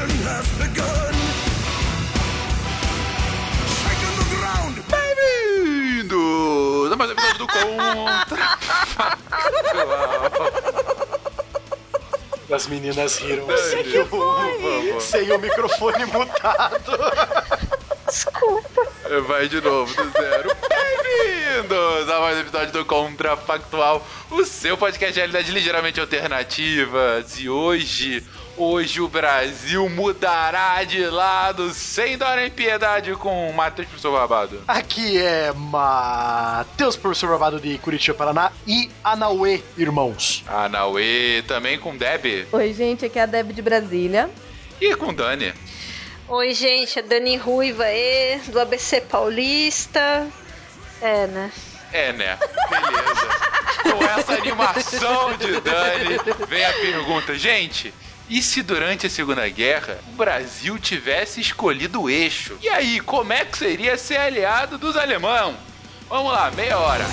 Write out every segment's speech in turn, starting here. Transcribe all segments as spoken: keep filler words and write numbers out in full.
Bem-vindos a mais um episódio do Contra As meninas riram assim, que foi? sem o microfone mutado. Desculpa. Vai de novo do zero. Bem-vindos a mais um episódio do Contrafactual, o seu podcast de realidade ligeiramente alternativas. E hoje, hoje o Brasil mudará de lado sem dó nem piedade com Matheus Professor Barbado. Aqui é Matheus Professor Barbado de Curitiba, Paraná e Anauê, irmãos. Anauê, também com Deb. Oi, gente, aqui é a Deb de Brasília. E com Dani. Oi, gente, é Dani Ruiva, e do A B C Paulista. É, né? É, né? Beleza. Com essa animação de Dani, vem a pergunta. Gente, e se durante a Segunda Guerra o Brasil tivesse escolhido o eixo? E aí, como é que seria ser aliado dos alemães? Vamos lá, meia hora.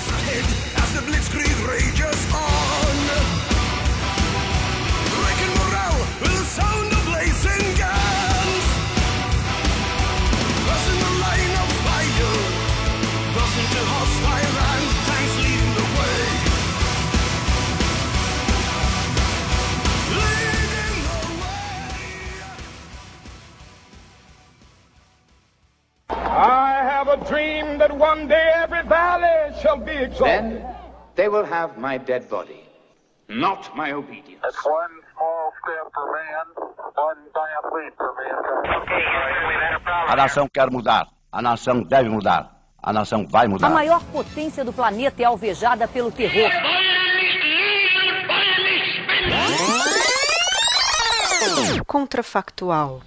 I have a dream that one day every valley shall be exalted. Then they will have my dead body, not my obedience. That's one small step for man, one giant leap for mankind. Okay, we've had a problem. A nação quer mudar. A nação deve mudar. A nação vai mudar. A maior potência do planeta é alvejada pelo terror. Contrafactual.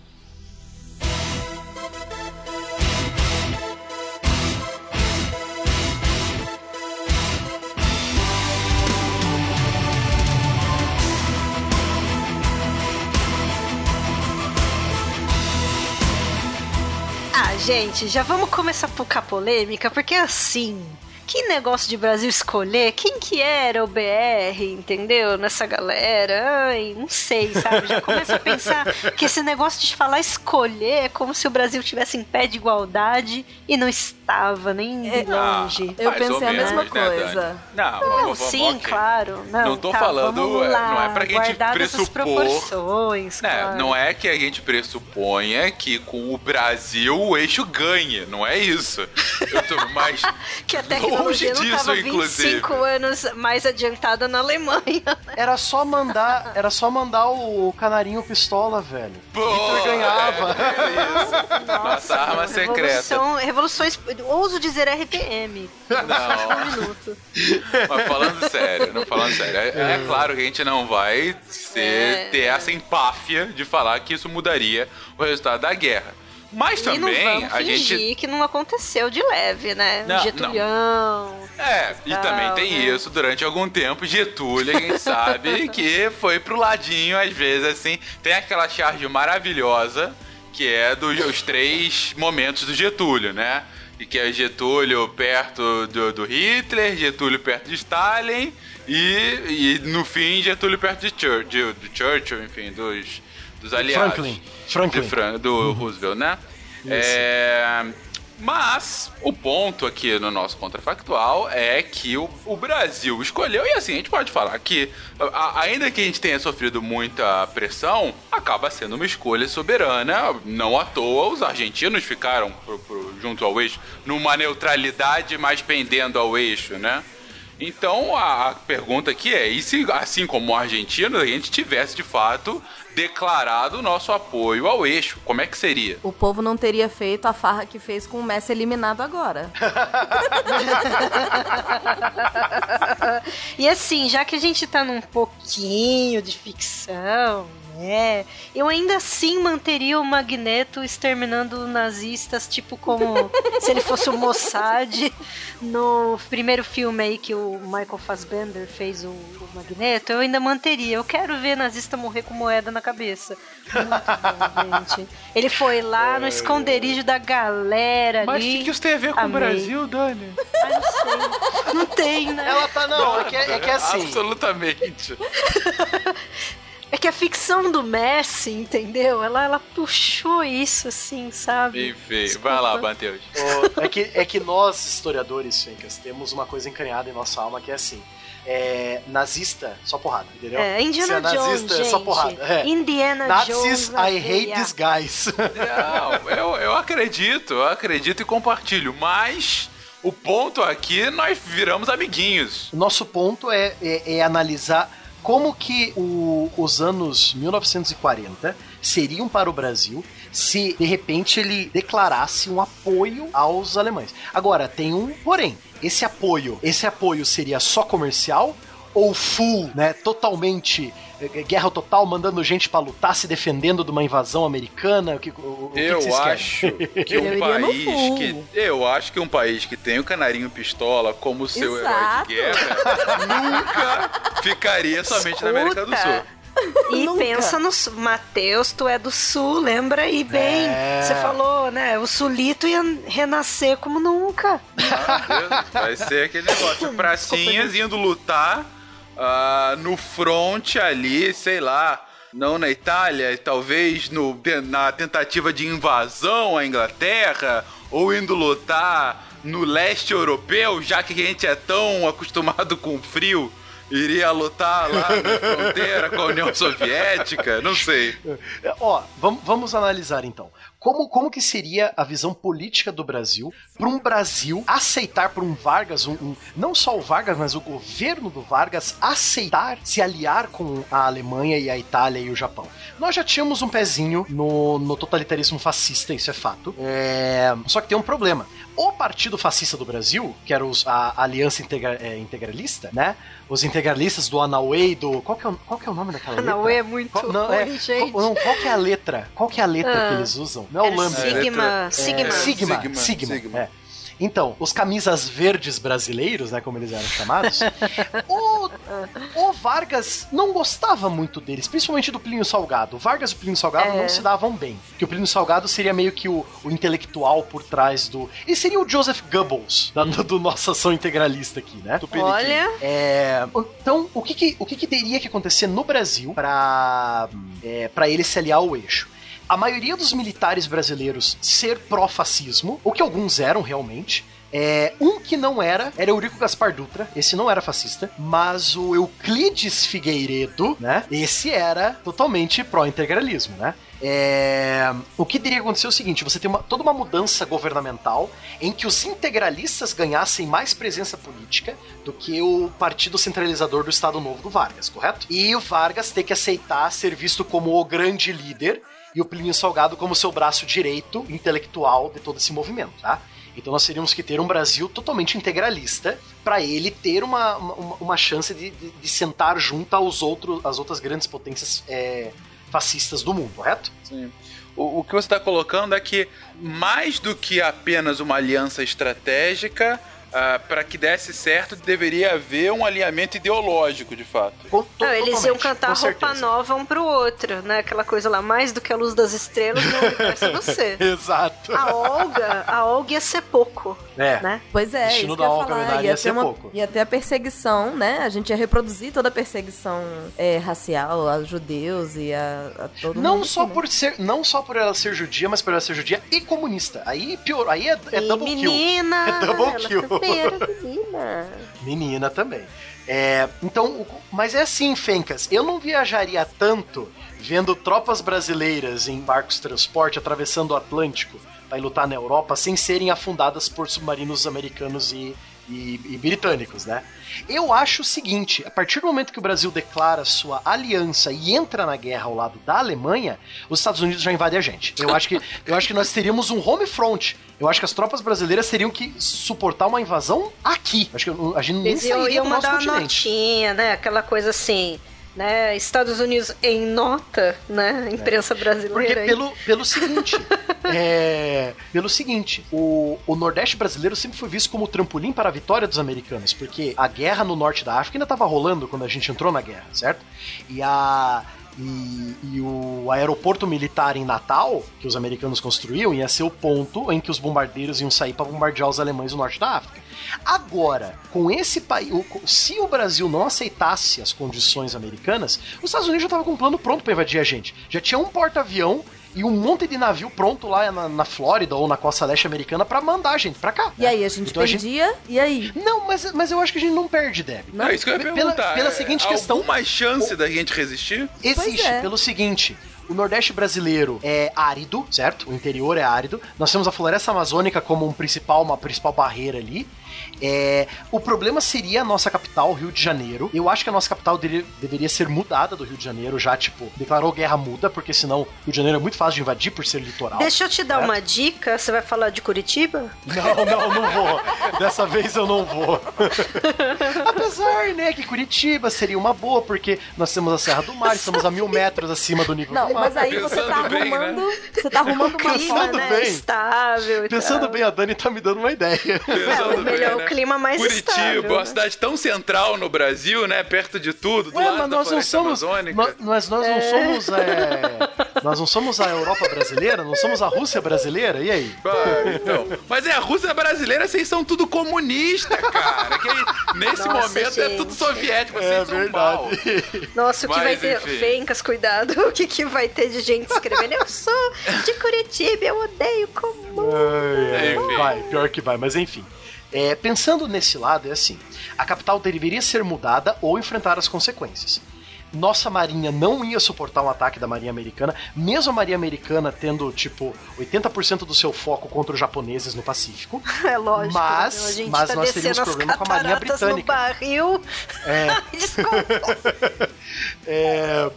Ah, gente, já vamos começar a pouca polêmica, porque assim, que negócio de Brasil escolher quem que era o B R, entendeu? Nessa galera, ai, não sei, sabe? Já começo a pensar que esse negócio de falar escolher é como se o Brasil tivesse em pé de igualdade e não estava, nem de longe. Ah, Eu mais pensei ou a menos, mesma né, coisa. Dani? Não, Não, vamos- sim, vamos- ok. claro. Não, Não tô tá, falando, vamos lá, é, não é pra gente guardadas essas pressupor, proporções, né, claro. não é que a gente pressuponha que com o Brasil o eixo ganhe, não é isso. Eu tô mais Que a longe tecnologia não disso, estava inclusive. vinte e cinco anos mais adiantada na Alemanha. Era só mandar, era só mandar o canarinho pistola, velho. Pô, Hitler ganhava. É, é isso. Nossa arma secreta. Revolução, revoluções, ouso dizer R P M. Não. Um minuto. Mas falando sério, não falando sério, é, é claro que a gente não vai ser, É. ter essa empáfia de falar que isso mudaria o resultado da guerra. Mas E não também vamos a fingir gente. que não aconteceu de leve, né? Não, Getulhão. É, e Tal, também tem né? isso, durante algum tempo, Getúlio, a gente sabe que foi pro ladinho, às vezes, assim. Tem aquela charge maravilhosa, que é dos os três momentos do Getúlio, né? E que é Getúlio perto do, do Hitler, Getúlio perto de Stalin e, e no fim, Getúlio perto de, Chur, de, de Churchill, enfim, dos, dos aliados. Franklin. Franklin. De Fran- do Roosevelt, né? É, mas o ponto aqui no nosso contrafactual é que o, o Brasil escolheu, e assim, a gente pode falar que, a, ainda que a gente tenha sofrido muita pressão, acaba sendo uma escolha soberana. Não à toa, os argentinos ficaram pro, pro, junto ao eixo, numa neutralidade mais pendendo ao eixo, né? Então a, a pergunta aqui é, e se, assim como o argentino, a gente tivesse de fato declarado o nosso apoio ao eixo, como é que seria? O povo não teria feito a farra que fez com o Messi eliminado agora. E assim, já que a gente tá num pouquinho de ficção, né? Eu ainda assim manteria o Magneto exterminando nazistas, tipo como se ele fosse o Mossad no primeiro filme aí que o Michael Fassbender fez o, o Magneto. Eu ainda manteria. Eu quero ver nazista morrer com moeda na cabeça. Muito bom, gente. Ele foi lá no esconderijo da galera ali. Mas o que, que isso tem a ver com Amei. o Brasil, Dani? Ah, não sei. Não tem, né? Ela tá, não, é que é, é que é assim. Absolutamente. É que a ficção do Messi, entendeu? Ela, ela puxou isso, assim, sabe? Enfim, Desculpa. vai lá, Matheus. Oh, é, que, é que nós, historiadores, Fencas, temos uma coisa encanhada em nossa alma que é assim. É, nazista, só porrada, entendeu? É, Indiana Se é Jones, nazista, gente. é só porrada. É. Indiana Nazis, Jones. I hate these guys. Não, eu, eu acredito, eu acredito e compartilho, mas o ponto aqui, nós viramos amiguinhos. O nosso ponto é, é, é analisar como que o, os anos mil novecentos e quarenta seriam para o Brasil se, de repente, ele declarasse um apoio aos alemães. Agora, tem um porém. Esse apoio, esse apoio seria só comercial ou full, né, totalmente, guerra total, mandando gente pra lutar, se defendendo de uma invasão americana? O que, o, o eu que, que acho que um país que eu acho que um país que tem o canarinho pistola como seu Exato. herói de guerra nunca ficaria somente Escuta. na América do Sul. E Nunca. pensa no Sul. Matheus, tu é do Sul, lembra aí bem. É. Você falou, né? O Sulito ia renascer como nunca. Meu Deus, vai ser aquele negócio. Pracinhas indo lutar uh, no front ali, sei lá, não na Itália, talvez no, na tentativa de invasão à Inglaterra, ou indo lutar no leste europeu, já que a gente é tão acostumado com frio. Iria lutar lá na fronteira com a União Soviética? Não sei. Ó, vamos, vamos analisar então. Como, como que seria a visão política do Brasil para um Brasil aceitar, para um Vargas, um, um, não só o Vargas, mas o governo do Vargas aceitar se aliar com a Alemanha e a Itália e o Japão? Nós já tínhamos um pezinho no, no totalitarismo fascista, isso é fato. É, só que tem um problema. O Partido Fascista do Brasil, que era os, a Aliança Integra, é, Integralista, né? Os integralistas do Anauê e do... Qual que é, o- qual que é o nome daquela letra? Anauê é muito Qual, não, ruim, é, gente. Qual, não, qual que é a letra? Qual que é a letra Ah. que eles usam? Não é o Era lambda. Sigma, É, Sigma. É, Sigma, Sigma, Sigma, Sigma. é. Então, os camisas verdes brasileiros, né, como eles eram chamados, o, o Vargas não gostava muito deles, principalmente do Plínio Salgado. O Vargas e o Plínio Salgado É. não se davam bem, porque o Plínio Salgado seria meio que o, o intelectual por trás do... Ele seria o Joseph Goebbels, da, do, do Nossa Ação Integralista aqui, né? Olha, É, então, o que que, o que que teria que acontecer no Brasil pra, é, pra ele se aliar ao eixo? A maioria dos militares brasileiros ser pró-fascismo, o que alguns eram realmente. É, um que não era, era Eurico Gaspar Dutra, esse não era fascista, mas o Euclides Figueiredo, né, esse era totalmente pró-integralismo, né. É, o que teria que acontecer é o seguinte, você tem uma, toda uma mudança governamental em que os integralistas ganhassem mais presença política do que o partido centralizador do Estado Novo do Vargas, correto? E o Vargas ter que aceitar ser visto como o grande líder e o Plínio Salgado como seu braço direito intelectual de todo esse movimento, tá? Então nós teríamos que ter um Brasil totalmente integralista para ele ter uma, uma, uma chance de, de, de sentar junto aos outros, às outras grandes potências é, fascistas do mundo, correto? Sim. O, o que você está colocando é que mais do que apenas uma aliança estratégica, uh, para que desse certo, deveria haver um alinhamento ideológico, de fato. Com- não, eles iam totalmente, cantar com roupa certeza. nova um pro outro, né? Aquela coisa lá, mais do que a luz das estrelas, não universo é você. Exato. A Olga, a Olga ia ser pouco, É. né? Pois é, Destino isso que da eu ia Olga falar. Menário Ia, ia ter ser uma, pouco. ia ter a perseguição, né? A gente ia reproduzir toda a perseguição é, racial aos judeus e a, a todo Não mundo. só aqui, né? por ser, não só por ela ser judia, mas por ela ser judia e comunista. Aí pior, aí é, é E double kill. menina, É double ela kill. também era menina. Menina também. É, então, o- mas é assim, Fencas, eu não viajaria tanto vendo tropas brasileiras em barcos de transporte atravessando o Atlântico para lutar na Europa sem serem afundadas por submarinos americanos e, e, e britânicos, né? Eu acho o seguinte, a partir do momento que o Brasil declara sua aliança e entra na guerra ao lado da Alemanha, os Estados Unidos já invadem a gente. Eu acho que, eu acho que nós teríamos um home front. Eu acho que as tropas brasileiras teriam que suportar uma invasão aqui. Acho que a gente nem Eles iam, sairia iam do nosso mandar uma continente. notinha, né? Aquela coisa assim, né? Estados Unidos em nota, né? Imprensa brasileira. Porque aí. pelo, pelo seguinte, é, pelo seguinte, o, o Nordeste brasileiro sempre foi visto como trampolim para a vitória dos americanos, porque a guerra no norte da África ainda estava rolando quando a gente entrou na guerra, certo? E a E, e o aeroporto militar em Natal, que os americanos construíam, ia ser o ponto em que os bombardeiros iam sair para bombardear os alemães no norte da África. Agora, com esse país, se o Brasil não aceitasse as condições americanas, os Estados Unidos já estavam com um plano pronto para invadir a gente. Já tinha um porta-avião e um monte de navio pronto lá na, na Flórida ou na costa leste americana pra mandar a gente pra cá. E aí, a gente então perdia? A gente... E aí? Não, mas, mas eu acho que a gente não perde, Deb. Não, é isso que eu ia perguntar. Pela, pela seguinte é, questão... Alguma chance o... da gente resistir? Existe, é. Pelo seguinte... O Nordeste brasileiro é árido, certo? O interior é árido. Nós temos a floresta amazônica como um principal, uma principal barreira ali. É, o problema seria a nossa capital, Rio de Janeiro. Eu acho que a nossa capital deveria, deveria ser mudada do Rio de Janeiro, já, tipo, declarou guerra muda, porque senão o Rio de Janeiro é muito fácil de invadir por ser litoral. Deixa eu te dar certo? uma dica, você vai falar de Curitiba? Não, não, não vou. Dessa vez eu não vou. Apesar, né, que Curitiba seria uma boa, porque nós temos a Serra do Mar, estamos a mil metros acima do nível não, do mar. Mas aí você tá arrumando, bem, né? Você tá arrumando uma clima, né, bem. estável e Pensando tal. bem, a Dani tá me dando uma ideia. Pensando é, melhor, bem, né? O clima mais Curitiba, estável. Curitiba, uma cidade tão central no Brasil, né? Perto de tudo, do Ué, lado mas da nós não floresta somos, amazônica. Nós, nós, nós não é. somos, é, nós não somos a Europa brasileira, não somos a Rússia brasileira, e aí? Ah, então. Mas é, a Rússia brasileira, vocês são tudo comunista, cara. Que nesse Nossa, momento gente. é tudo soviético, vocês É são verdade. mal. Nossa, o que Mas, vai ter... enfim. Fencas, cuidado. O que, que vai ter de gente escrevendo? Eu sou de Curitiba, eu odeio comum. É, é, vai, pior que vai, mas enfim. É, pensando nesse lado, é assim, a capital deveria ser mudada ou enfrentar as consequências. Nossa marinha não ia suportar um ataque da marinha americana, mesmo a marinha americana tendo, tipo, oitenta por cento do seu foco contra os japoneses no Pacífico. É lógico. Mas, a gente mas tá nós teríamos problema com a marinha britânica. No barril. É. Desculpa. É,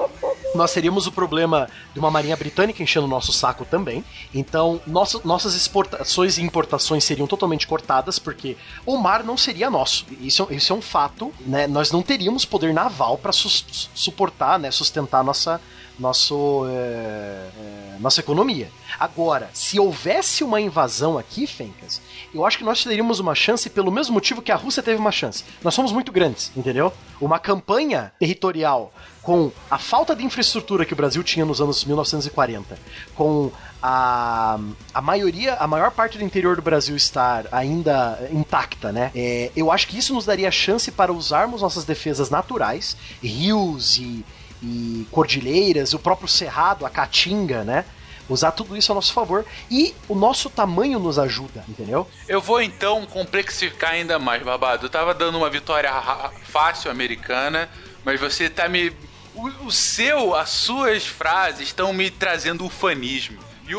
nós teríamos o problema de uma marinha britânica enchendo o nosso saco também. Então, nosso, nossas exportações e importações seriam totalmente cortadas, porque o mar não seria nosso. Isso, isso é um fato, né? Nós não teríamos poder naval para su- suportar, né? Sustentar nossa, nosso, é, é, nossa economia. Agora, se houvesse uma invasão aqui, Fencas, eu acho que nós teríamos uma chance pelo mesmo motivo que a Rússia teve uma chance. Nós somos muito grandes, entendeu? Uma campanha territorial com a falta de infraestrutura que o Brasil tinha nos anos mil novecentos e quarenta, com a, a maioria, a maior parte do interior do Brasil estar ainda intacta, né? É, eu acho que isso nos daria chance para usarmos nossas defesas naturais, rios e, e cordilheiras, o próprio cerrado, a caatinga, né? Usar tudo isso a nosso favor. E o nosso tamanho nos ajuda, entendeu? Eu vou então complexificar ainda mais, Barbado. Eu tava dando uma vitória fácil americana, mas você tá me... O, o seu, as suas frases estão me trazendo ufanismo. E o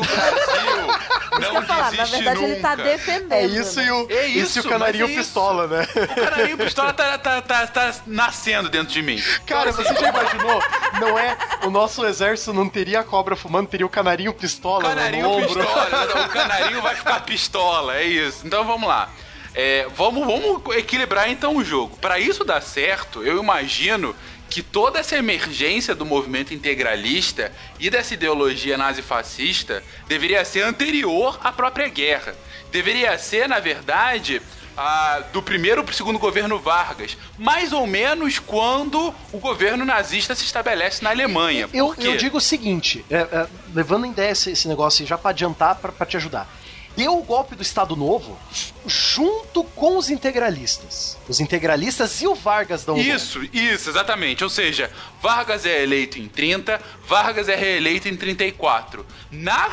Brasil não falar, desiste na verdade, nunca. ele tá defendendo. É isso, né? e, o, é isso, isso e o canarinho é pistola, né? O canarinho pistola tá, tá, tá, tá nascendo dentro de mim. Cara, você já imaginou? Não é... O nosso exército não teria a cobra fumando, teria o canarinho pistola Canarinho no ombro. pistola. O canarinho vai ficar pistola, é isso. Então vamos lá. É, vamos, vamos equilibrar então o jogo. Para isso dar certo, eu imagino que toda essa emergência do movimento integralista e dessa ideologia nazifascista deveria ser anterior à própria guerra. Deveria ser, na verdade, a, do primeiro para o segundo governo Vargas, mais ou menos quando o governo nazista se estabelece na Alemanha. Eu, Por quê? eu digo o seguinte, é, é, levando em ideia esse, esse negócio aí, já para adiantar, para te ajudar. Deu o golpe do Estado Novo junto com os integralistas. Os integralistas e o Vargas dão Isso, golpe. isso, exatamente. Ou seja, Vargas é eleito em trinta, Vargas é reeleito em trinta e quatro. Na,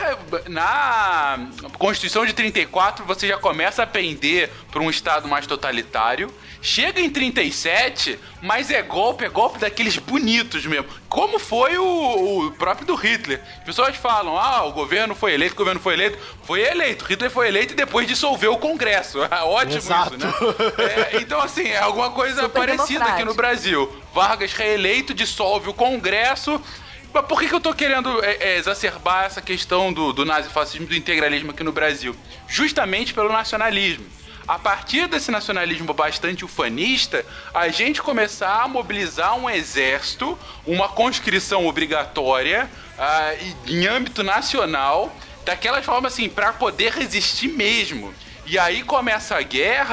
na Constituição de trinta e quatro, você já começa a pender para um Estado mais totalitário. Chega em trinta e sete, mas é golpe, é golpe daqueles bonitos mesmo. Como foi o, o próprio do Hitler. As pessoas falam, ah, o governo foi eleito, o governo foi eleito. Foi eleito, Hitler foi eleito e depois dissolveu o Congresso. Ótimo. Exato. Isso, né? É, então, assim, é alguma coisa Super parecida aqui no Brasil. Vargas reeleito, dissolve o Congresso. Mas por que, que eu tô querendo é, é, exacerbar essa questão do, do nazifascismo, do integralismo aqui no Brasil? Justamente pelo nacionalismo. A partir desse nacionalismo bastante ufanista, a gente começar a mobilizar um exército, uma conscrição obrigatória uh, em âmbito nacional, daquelas formas assim, para poder resistir mesmo. E aí começa a guerra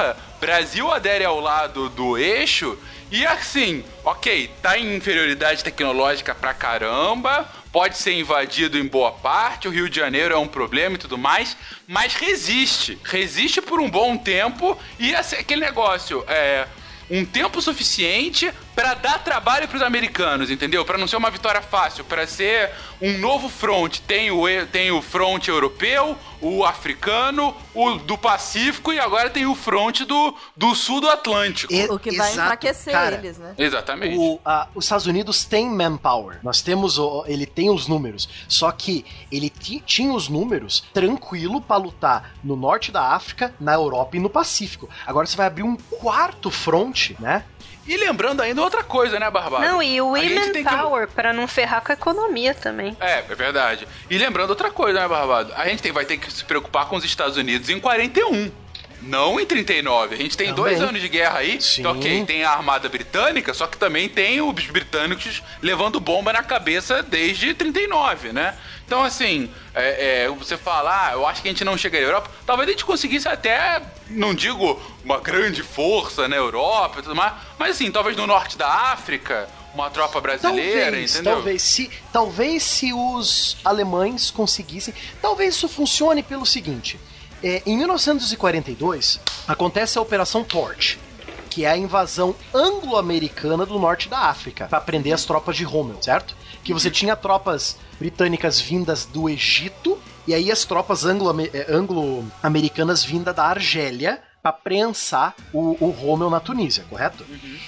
Brasil adere ao lado do eixo e assim, ok, tá em inferioridade tecnológica pra caramba, pode ser invadido em boa parte, o Rio de Janeiro é um problema e tudo mais, mas resiste. Resiste por um bom tempo e assim, aquele negócio, é... um tempo suficiente pra dar trabalho pros americanos, entendeu? Pra não ser uma vitória fácil, pra ser um novo front. Tem o, tem o front europeu, o africano, o do Pacífico e agora tem o front do, do sul do Atlântico. E, o que vai exato, enfraquecer cara, eles, né? Exatamente. O, a, os Estados Unidos têm manpower. Nós temos, o, ele tem os números. Só que ele t- tinha os números tranquilo pra lutar no norte da África, na Europa e no Pacífico. Agora você vai abrir um quarto front, né? E lembrando ainda outra coisa, né, Barbado? Não, e o A gente Women tem que- Power, pra não ferrar com a economia também. É, é verdade. E lembrando outra coisa, né, Barbado? A gente tem, vai ter que se preocupar com os Estados Unidos em quarenta e um. Não em trinta e nove. A gente tem Também. dois anos de guerra aí. Sim. Então, ok, tem a Armada Britânica, só que também tem os britânicos levando bomba na cabeça desde trinta e nove, né? Então, assim, é, é, você fala, ah, eu acho que a gente não chega à Europa. Talvez a gente conseguisse até, não digo uma grande força na Europa e tudo mais, mas assim, talvez no norte da África, uma tropa brasileira, Talvez, entendeu? talvez se, talvez se os alemães conseguissem, talvez isso funcione pelo seguinte, é, em mil novecentos e quarenta e dois acontece a Operação Torch, que é a invasão anglo-americana do norte da África, para prender as tropas de Rommel, certo? Que você tinha tropas britânicas vindas do Egito, e aí as tropas anglo- eh, anglo-americanas vindas da Argélia, para prensar o, o Rommel na Tunísia, correto?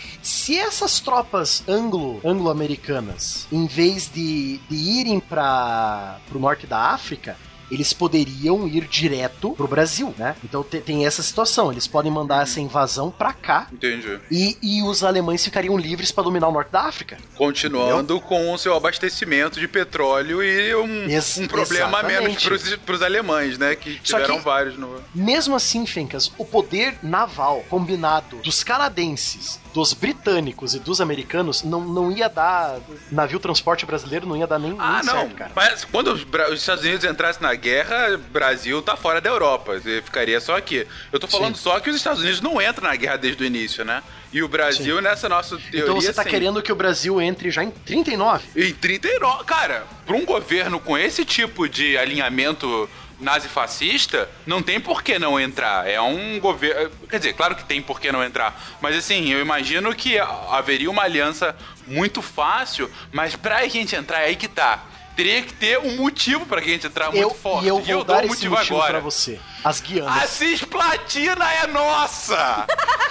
Se essas tropas anglo, anglo-americanas, em vez de, de irem para o norte da África, eles poderiam ir direto pro Brasil, né? Então te, tem essa situação, eles podem mandar essa invasão pra cá. Entendi. E, e os alemães ficariam livres pra dominar o norte da África. Continuando Entendeu? com o seu abastecimento de petróleo e um, Ex- um problema a menos exatamente. pros, pros alemães, né? Que Só tiveram que- vários no... Mesmo assim, Fencas, o poder naval combinado dos canadenses, dos britânicos e dos americanos não, não ia dar... Navio transporte brasileiro não ia dar nem, Ah, nem não. certo, cara. Mas quando os, Bra- os Estados Unidos entrassem na guerra, o Brasil tá fora da Europa. Ele ficaria só aqui. Eu tô falando Sim. só que os Estados Unidos não entram na guerra desde o início, né? E o Brasil, Sim. nessa nossa teoria... Então você tá sim. querendo que o Brasil entre já em trinta e nove? Em trinta e nove, cara, pra um governo com esse tipo de alinhamento nazifascista, não tem por que não entrar. É um governo... Quer dizer, claro que tem por que não entrar. Mas assim, eu imagino que haveria uma aliança muito fácil, mas pra gente entrar, é aí que tá. Teria que ter um motivo pra gente entrar muito Eu, forte. e eu vou dar dou esse motivo motivo agora. pra você. As Guianas. A Cisplatina é nossa!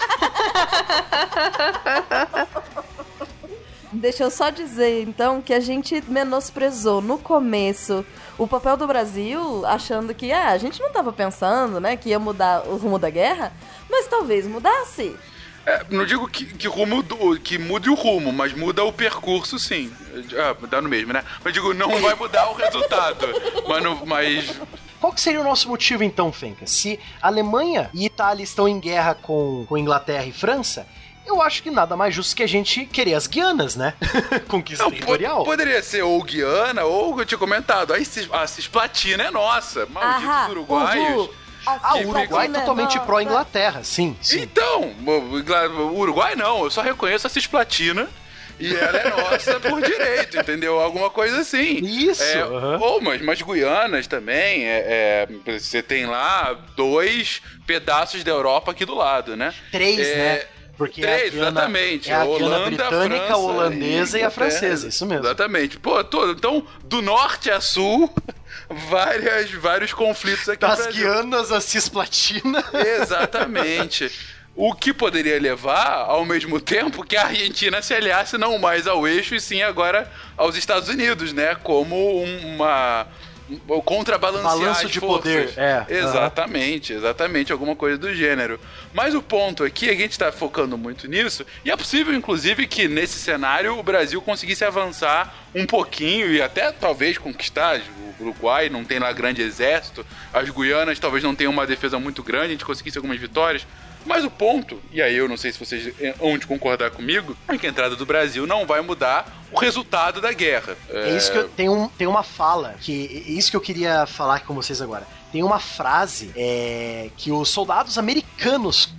Deixa eu só dizer, então, que a gente menosprezou no começo o papel do Brasil, achando que ah, a gente não tava pensando, né, que ia mudar o rumo da guerra, mas talvez mudasse. É, não digo que, que, rumo do, que mude o rumo, mas muda o percurso, sim. Ah, dá no mesmo, né? Mas digo, não vai mudar o resultado. Mas, não, mas... Qual que seria o nosso motivo então, Fencas? Se Alemanha e Itália estão em guerra com, com Inglaterra e França, eu acho que nada mais justo que a gente querer as Guianas, né? Conquista Não, territorial. po- poderia ser ou Guiana, ou eu tinha comentado, a, Cis, a Cisplatina é nossa. Malditos Aham, uruguaios. Uhu. Ah, o Uruguai é Cisplatina, totalmente nossa. pró-Inglaterra, sim, sim. Então, o Ingla- o Uruguai não, eu só reconheço a Cisplatina. E ela é nossa por direito, entendeu? Alguma coisa assim. Isso, É, aham. Ou, mas, mas Guianas também, é, é, você tem lá dois pedaços da Europa aqui do lado, né? Três, É, né? Porque Três, é a Guiana, exatamente. é a Holanda, Guiana britânica, França a holandesa e, a Inglaterra. francesa, isso mesmo. Exatamente. Pô, todo, então, do norte a sul, várias, vários conflitos aqui no Das Brasil. Guianas a Cisplatina. Exatamente. O que poderia levar, ao mesmo tempo, que a Argentina se aliasse não mais ao eixo, e sim agora aos Estados Unidos, né? Como um- uma... um- contrabalancear Balanço as de forças. poder, é. Exatamente, exatamente, alguma coisa do gênero. Mas o ponto aqui, a gente tá focando muito nisso, e é possível, inclusive, que nesse cenário o Brasil conseguisse avançar um pouquinho e até talvez conquistar. O Uruguai não tem lá grande exército, as Guianas talvez não tenham uma defesa muito grande, a gente conseguisse algumas vitórias. Mas o ponto, e aí eu não sei se vocês vão de concordar comigo, é que a entrada do Brasil não vai mudar o resultado da guerra. É isso que eu, tem, um, tem uma fala, que é isso que eu queria falar com vocês agora. Tem uma frase é, que os soldados americanos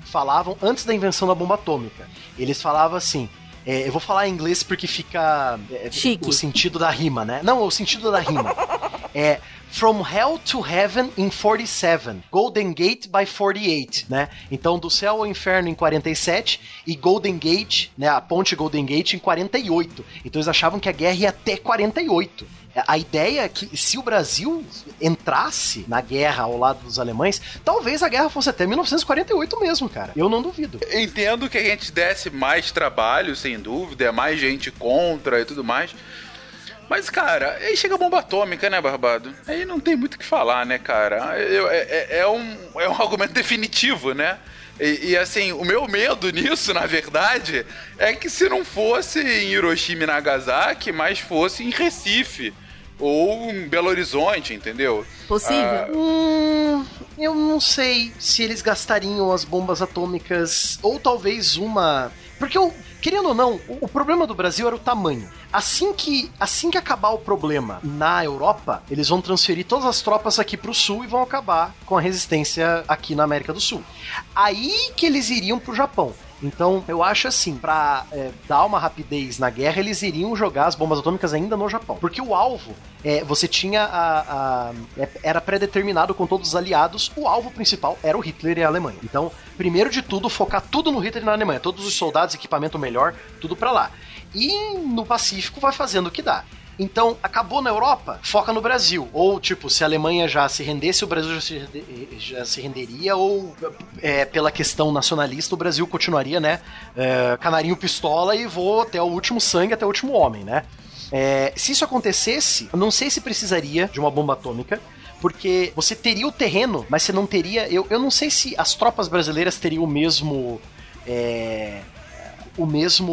falavam antes da invenção da bomba atômica. Eles falavam assim... É, eu vou falar em inglês porque fica é, o sentido da rima, né? Não, o sentido da rima. É... From Hell to Heaven in forty-seven, Golden Gate by forty-eight, né? Então, do céu ao inferno em quarenta e sete e Golden Gate, né? A ponte Golden Gate em quarenta e oito. Então, eles achavam que a guerra ia até quarenta e oito. A ideia é que se o Brasil entrasse na guerra ao lado dos alemães, talvez a guerra fosse até mil novecentos e quarenta e oito mesmo, cara. Eu não duvido. Entendo que a gente desse mais trabalho, sem dúvida, mais gente contra e tudo mais. Mas, cara, aí chega a bomba atômica, né, Barbado? Aí não tem muito o que falar, né, cara? É, é, é, um, é um argumento definitivo, né? E, e, assim, o meu medo nisso, na verdade, é que se não fosse em Hiroshima e Nagasaki, mas fosse em Recife ou em Belo Horizonte, entendeu? Possível? Ah, hum, eu não sei se eles gastariam as bombas atômicas ou talvez uma... Porque eu... Querendo ou não, o problema do Brasil era o tamanho. Assim que, assim que acabar o problema na Europa, eles vão transferir todas as tropas aqui pro sul e vão acabar com a resistência aqui na América do Sul. Aí que eles iriam pro Japão. Então, eu acho assim, pra é, dar uma rapidez na guerra, eles iriam jogar as bombas atômicas ainda no Japão. Porque o alvo, é, você tinha a... a é, era pré-determinado com todos os aliados, o alvo principal era o Hitler e a Alemanha. Então, primeiro de tudo, focar tudo no Hitler e na Alemanha. Todos os soldados, equipamento melhor, tudo pra lá. E no Pacífico vai fazendo o que dá. Então, acabou na Europa, foca no Brasil. Ou, tipo, se a Alemanha já se rendesse, o Brasil já se, rende, já se renderia, ou é, pela questão nacionalista, o Brasil continuaria, né, é, canarinho pistola e vou até o último sangue, até o último homem, né. É, se isso acontecesse, eu não sei se precisaria de uma bomba atômica, porque você teria o terreno, mas você não teria... Eu, eu não sei se as tropas brasileiras teriam o mesmo... É, o mesmo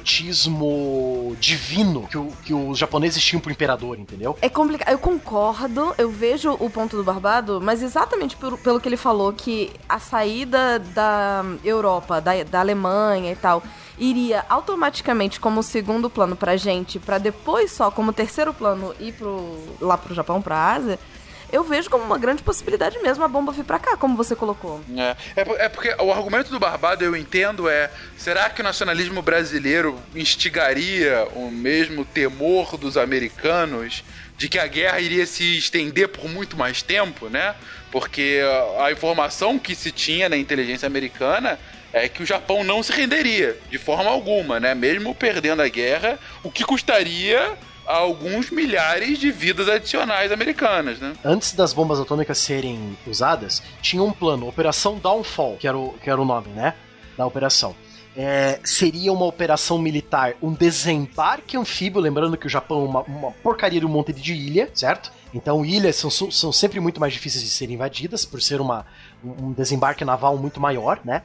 patriotismo divino que, o, que os japoneses tinham pro imperador, entendeu? É complicado. Eu concordo, eu vejo o ponto do Barbado, mas exatamente por, pelo que ele falou, que a saída da Europa, da, da Alemanha e tal, iria automaticamente como segundo plano pra gente, pra depois só como terceiro plano ir pro, lá pro Japão, pra Ásia... Eu vejo como uma grande possibilidade mesmo a bomba vir pra cá, como você colocou. É, é, é porque o argumento do Barbado, eu entendo, é... Será que o nacionalismo brasileiro instigaria o mesmo temor dos americanos de que a guerra iria se estender por muito mais tempo, né? Porque a informação que se tinha na inteligência americana é que o Japão não se renderia, de forma alguma, né? Mesmo perdendo a guerra, o que custaria... alguns milhares de vidas adicionais americanas, né? Antes das bombas atômicas serem usadas, tinha um plano, Operação Downfall, que era o, que era o nome, né, da operação. É, seria uma operação militar, um desembarque anfíbio, lembrando que o Japão é uma, uma porcaria de um monte de ilha, certo? Então ilhas são, são sempre muito mais difíceis de serem invadidas, por ser uma, um desembarque naval muito maior, né?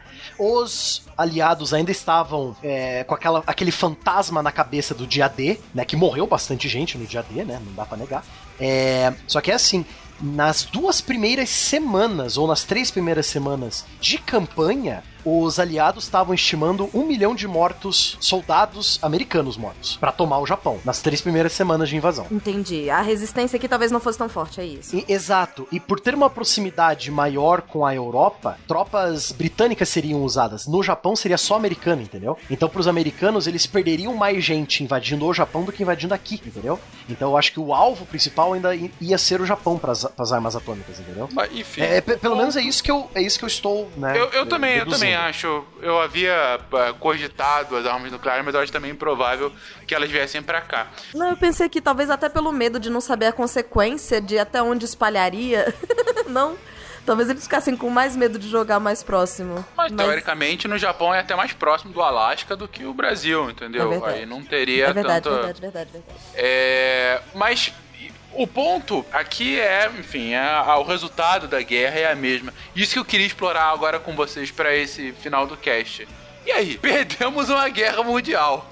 Os aliados ainda estavam é, com aquela, aquele fantasma na cabeça do dia D, né? Que morreu bastante gente no dia D, né? Não dá pra negar. É, só que é assim, nas duas primeiras semanas, ou nas três primeiras semanas de campanha, os aliados estavam estimando um milhão de mortos, soldados americanos mortos, pra tomar o Japão, nas três primeiras semanas de invasão. Entendi. A resistência aqui talvez não fosse tão forte, é isso. E, exato. E por ter uma proximidade maior com a Europa, tropas britânicas seriam usadas. No Japão seria só americano, entendeu? Então pros americanos, eles perderiam mais gente invadindo o Japão do que invadindo aqui, entendeu? Então eu acho que o alvo principal ainda ia ser o Japão pras, pras armas atômicas, entendeu? Mas, enfim. É, p- pelo menos é isso que eu, é isso que eu estou, né? Eu, eu também, eu deduzindo. também acho. Eu havia uh, cogitado as armas nucleares, mas eu acho também improvável que elas viessem pra cá. Não, eu pensei que talvez até pelo medo de não saber a consequência de até onde espalharia. Não. Talvez eles ficassem com mais medo de jogar mais próximo. Mas, mas teoricamente no Japão é até mais próximo do Alasca do que o Brasil, entendeu? É Aí não teria é verdade, tanto... verdade, verdade, verdade. É... Mas... O ponto aqui é, enfim, é, o resultado da guerra é a mesma. Isso que eu queria explorar agora com vocês para esse final do cast. E aí? Perdemos uma guerra mundial.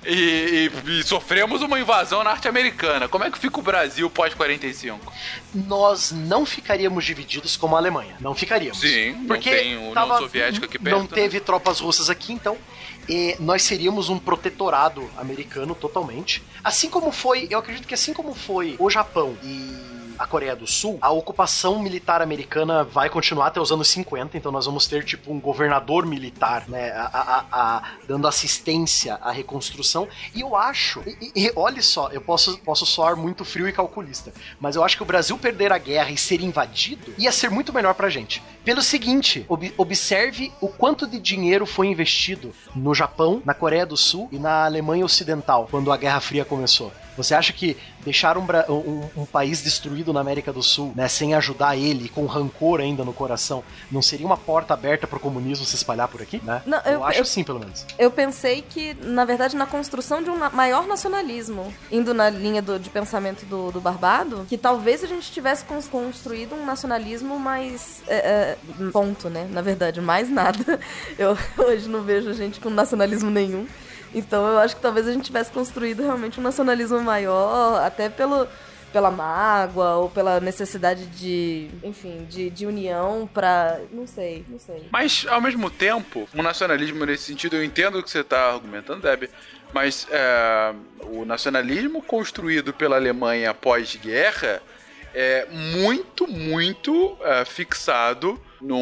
E, e, e sofremos uma invasão norte-americana. Como é que fica o Brasil pós quarenta e cinco? Nós não ficaríamos divididos como a Alemanha. Não ficaríamos. Sim, porque não tem União Soviética aqui perto. Não teve né? tropas russas aqui, então... E nós seríamos um protetorado americano totalmente. Assim como foi, eu acredito que assim como foi o Japão e a Coreia do Sul, a ocupação militar americana vai continuar até os anos cinquenta, então nós vamos ter tipo um governador militar, né, a, a, a, dando assistência à reconstrução, e eu acho, e, e, olha só, eu posso, posso soar muito frio e calculista, mas eu acho que o Brasil perder a guerra e ser invadido ia ser muito melhor pra gente. Pelo seguinte, ob, observe o quanto de dinheiro foi investido no Japão, na Coreia do Sul e na Alemanha Ocidental, quando a Guerra Fria começou. Você acha que deixar um, um, um país destruído na América do Sul, né, sem ajudar ele, com rancor ainda no coração, não seria uma porta aberta pro comunismo se espalhar por aqui, né? Não, eu, eu acho eu, sim, pelo menos. Eu pensei que, na verdade, na construção de um maior nacionalismo, indo na linha do, de pensamento do, do Barbado, que talvez a gente tivesse construído um nacionalismo mais... É, é, ponto, né? Na verdade, mais nada. Eu hoje não vejo gente com nacionalismo nenhum. Então eu acho que talvez a gente tivesse construído realmente um nacionalismo maior, até pelo, pela mágoa ou pela necessidade de, enfim, de, de união pra... Não sei, não sei. Mas, ao mesmo tempo, um nacionalismo nesse sentido, eu entendo o que você tá argumentando, Debbie, mas é, o nacionalismo construído pela Alemanha pós-guerra é muito, muito é, fixado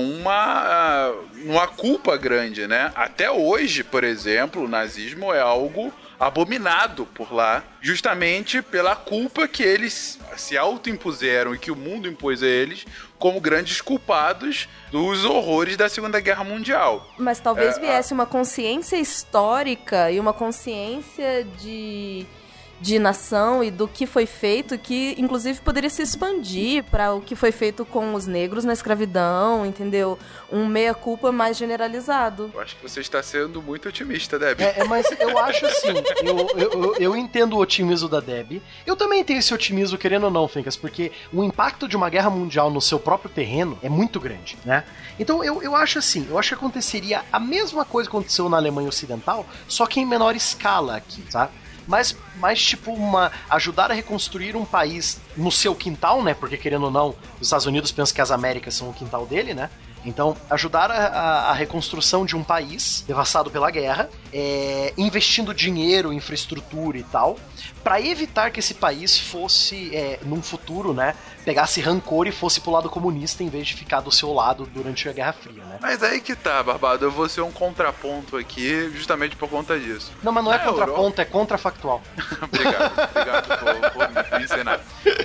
numa, uh, numa culpa grande, né? Até hoje, por exemplo, o nazismo é algo abominado por lá, justamente pela culpa que eles se autoimpuseram e que o mundo impôs a eles como grandes culpados dos horrores da Segunda Guerra Mundial. Mas talvez é, viesse uma consciência histórica e uma consciência de... de nação e do que foi feito, que inclusive poderia se expandir para o que foi feito com os negros na escravidão, entendeu? Um meia-culpa mais generalizado. Eu acho que você está sendo muito otimista, Debbie. É, é, mas eu acho assim, eu, eu, eu, eu entendo o otimismo da Debbie. Eu também tenho esse otimismo, querendo ou não, Fencas, porque o impacto de uma guerra mundial no seu próprio terreno é muito grande, né? Então eu, eu acho assim, eu acho que aconteceria a mesma coisa que aconteceu na Alemanha Ocidental, só que em menor escala aqui, sabe? Mas, mas, tipo, uma, ajudar a reconstruir um país no seu quintal, né? Porque, querendo ou não, os Estados Unidos pensam que as Américas são o quintal dele, né? Então, ajudar a, a, a reconstrução de um país devastado pela guerra, é, investindo dinheiro, infraestrutura e tal, para evitar que esse país fosse, é, num futuro, né, pegasse rancor e fosse pro lado comunista em vez de ficar do seu lado durante a Guerra Fria, né? Mas aí que tá, Barbado, eu vou ser um contraponto aqui justamente por conta disso. Não, mas não é Na contraponto, Europa... é contrafactual. Obrigado, obrigado por, por me ensinar.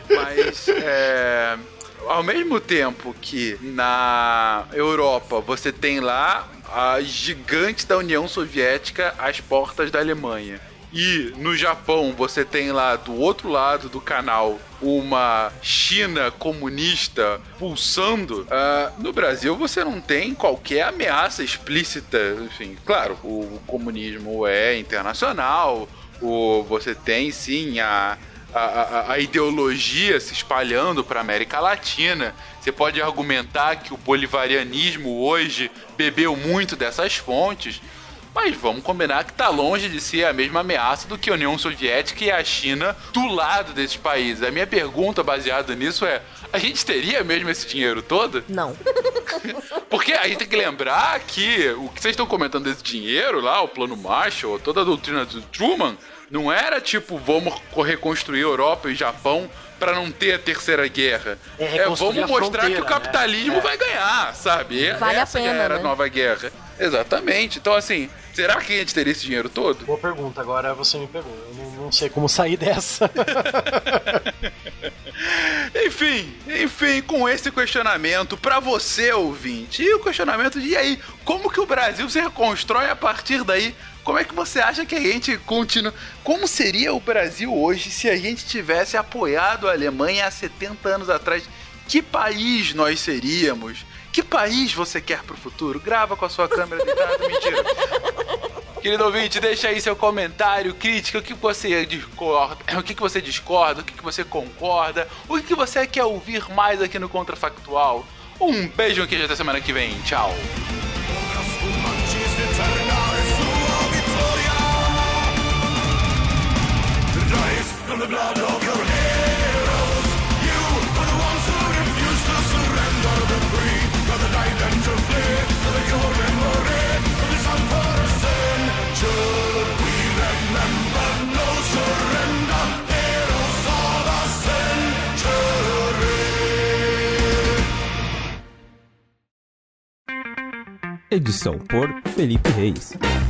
Mas, é... ao mesmo tempo que na Europa você tem lá a gigante da União Soviética às portas da Alemanha, e no Japão você tem lá do outro lado do canal uma China comunista pulsando, uh, no Brasil você não tem qualquer ameaça explícita. Enfim, claro, o comunismo é internacional, o, você tem sim a A, a, a ideologia se espalhando para a América Latina. Você pode argumentar que o bolivarianismo hoje bebeu muito dessas fontes, mas vamos combinar que está longe de ser a mesma ameaça do que a União Soviética e a China do lado desses países. A minha pergunta baseada nisso é: a gente teria mesmo esse dinheiro todo? Não. Porque a gente tem que lembrar que o que vocês estão comentando desse dinheiro lá, o Plano Marshall, toda a doutrina do Truman, não era tipo, vamos reconstruir Europa e Japão para não ter a terceira guerra. É, é vamos mostrar que o capitalismo, né, vai ganhar, sabe? Vale Essa a pena, era né? a nova guerra. Exatamente. Então, assim, será que a gente teria esse dinheiro todo? Boa pergunta, agora você me pegou. Eu não, não sei como sair dessa. Enfim, enfim, com esse questionamento pra você, ouvinte, e o questionamento de, e aí, como que o Brasil se reconstrói a partir daí? Como é que você acha que a gente continua... Como seria o Brasil hoje se a gente tivesse apoiado a Alemanha há setenta anos atrás? Que país nós seríamos? Que país você quer pro futuro? Grava com a sua câmera deitada, mentira. Querido ouvinte, deixa aí seu comentário, crítica, o que você discorda, o que você discorda, o que você concorda, o que você quer ouvir mais aqui no Contrafactual. Um beijo aqui até semana que vem. Tchau. From the blood of your heroes, you were the ones who refused to surrender the free, for the night and to flee, for the your memory, for the sun for a sin. Should we remember no surrender, heroes of our sin? Should Edição por Felipe Reis.